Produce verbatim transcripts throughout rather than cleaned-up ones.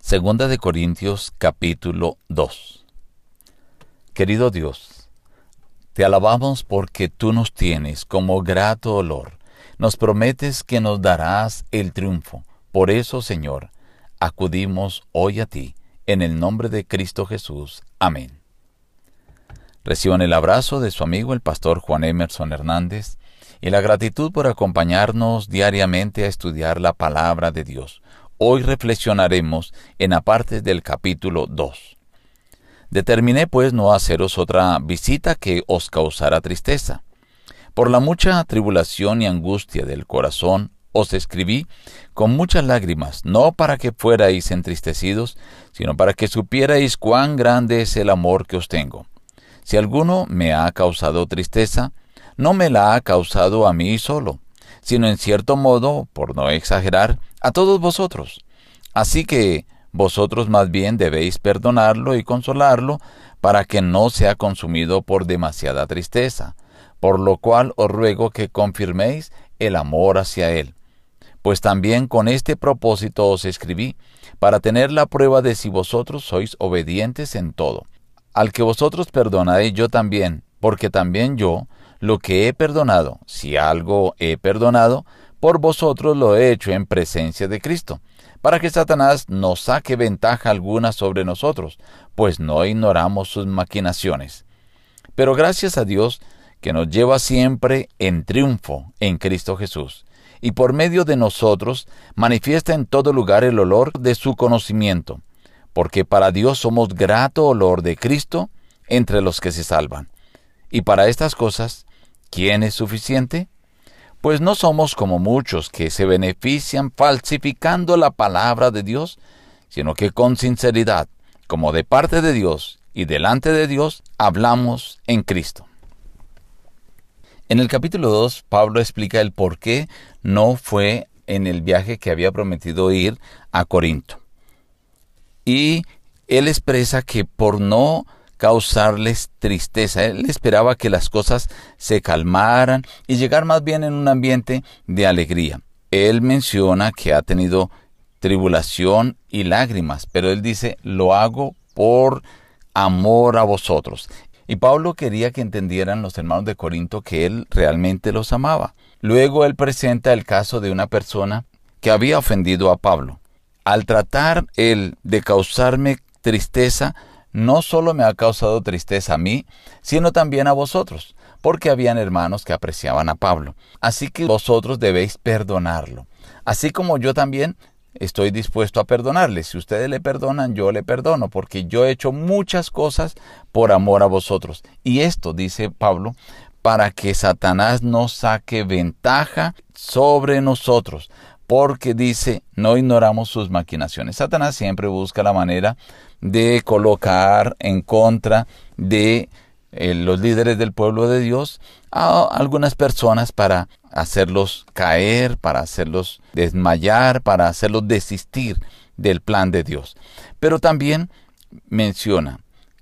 Segunda de Corintios capítulo dos. Querido Dios, te alabamos porque tú nos tienes como grato olor. Nos prometes que nos darás el triunfo. Por eso, Señor, acudimos hoy a ti, en el nombre de Cristo Jesús. Amén. Reciban el abrazo de su amigo el pastor Juan Emerson Hernández y la gratitud por acompañarnos diariamente a estudiar la palabra de Dios. Hoy reflexionaremos en aparte del capítulo dos. Determiné pues no haceros otra visita que os causara tristeza. Por la mucha tribulación y angustia del corazón os escribí con muchas lágrimas, no para que fuerais entristecidos, sino para que supierais cuán grande es el amor que os tengo. Si alguno me ha causado tristeza, no me la ha causado a mí solo, sino en cierto modo, por no exagerar, a todos vosotros. Así que vosotros más bien debéis perdonarlo y consolarlo, para que no sea consumido por demasiada tristeza, por lo cual os ruego que confirméis el amor hacia él. Pues también con este propósito os escribí, para tener la prueba de si vosotros sois obedientes en todo. Al que vosotros perdonáis yo también, porque también yo, lo que he perdonado, si algo he perdonado, por vosotros lo he hecho en presencia de Cristo, para que Satanás no saque ventaja alguna sobre nosotros, pues no ignoramos sus maquinaciones. Pero gracias a Dios, que nos lleva siempre en triunfo en Cristo Jesús, y por medio de nosotros manifiesta en todo lugar el olor de su conocimiento, porque para Dios somos grato olor de Cristo entre los que se salvan. Y para estas cosas, ¿quién es suficiente? Pues no somos como muchos que se benefician falsificando la palabra de Dios, sino que con sinceridad, como de parte de Dios y delante de Dios, hablamos en Cristo. En el capítulo dos, Pablo explica el por qué no fue en el viaje que había prometido ir a Corinto. Y él expresa que por no causarles tristeza, él esperaba que las cosas se calmaran y llegar más bien en un ambiente de alegría. Él menciona que ha tenido tribulación y lágrimas, pero él dice, lo hago por amor a vosotros. Y Pablo quería que entendieran los hermanos de Corinto que él realmente los amaba. Luego él presenta el caso de una persona que había ofendido a Pablo. Al tratar él de causarme tristeza, no solo me ha causado tristeza a mí, sino también a vosotros, porque habían hermanos que apreciaban a Pablo. Así que vosotros debéis perdonarlo. Así como yo también estoy dispuesto a perdonarle. Si ustedes le perdonan, yo le perdono, porque yo he hecho muchas cosas por amor a vosotros. Y esto, dice Pablo, para que Satanás no saque ventaja sobre nosotros. Porque dice, no ignoramos sus maquinaciones. Satanás siempre busca la manera de colocar en contra de eh, los líderes del pueblo de Dios a algunas personas para hacerlos caer, para hacerlos desmayar, para hacerlos desistir del plan de Dios. Pero también menciona,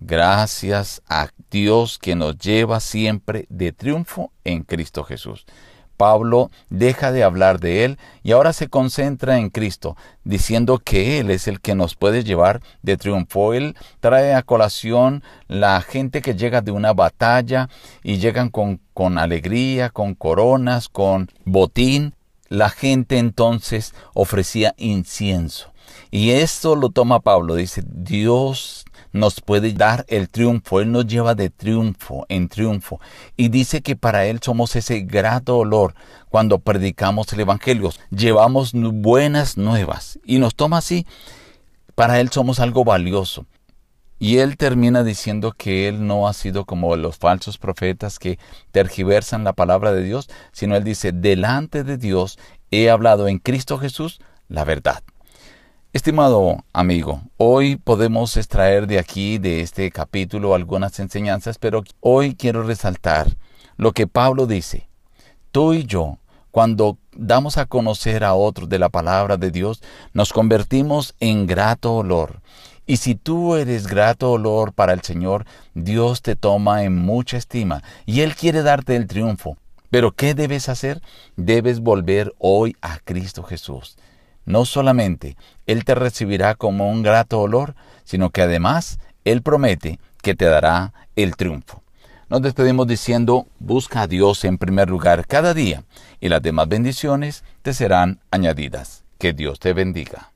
gracias a Dios que nos lleva siempre de triunfo en Cristo Jesús. Pablo deja de hablar de él y ahora se concentra en Cristo, diciendo que Él es el que nos puede llevar de triunfo. Él trae a colación la gente que llega de una batalla y llegan con, con alegría, con coronas, con botín. La gente entonces ofrecía incienso. Y esto lo toma Pablo, dice, Dios nos puede dar el triunfo, Él nos lleva de triunfo en triunfo. Y dice que para Él somos ese grato olor cuando predicamos el Evangelio. Llevamos buenas nuevas y nos toma así. Para Él somos algo valioso. Y Él termina diciendo que Él no ha sido como los falsos profetas que tergiversan la palabra de Dios, sino Él dice, delante de Dios he hablado en Cristo Jesús la verdad. Estimado amigo, hoy podemos extraer de aquí, de este capítulo, algunas enseñanzas, pero hoy quiero resaltar lo que Pablo dice. Tú y yo, cuando damos a conocer a otros de la palabra de Dios, nos convertimos en grato olor. Y si tú eres grato olor para el Señor, Dios te toma en mucha estima y Él quiere darte el triunfo. Pero ¿qué debes hacer? Debes volver hoy a Cristo Jesús. no solamente Él te recibirá como un grato olor, sino que además Él promete que te dará el triunfo. Nos despedimos diciendo, busca a Dios en primer lugar cada día, y las demás bendiciones te serán añadidas. Que Dios te bendiga.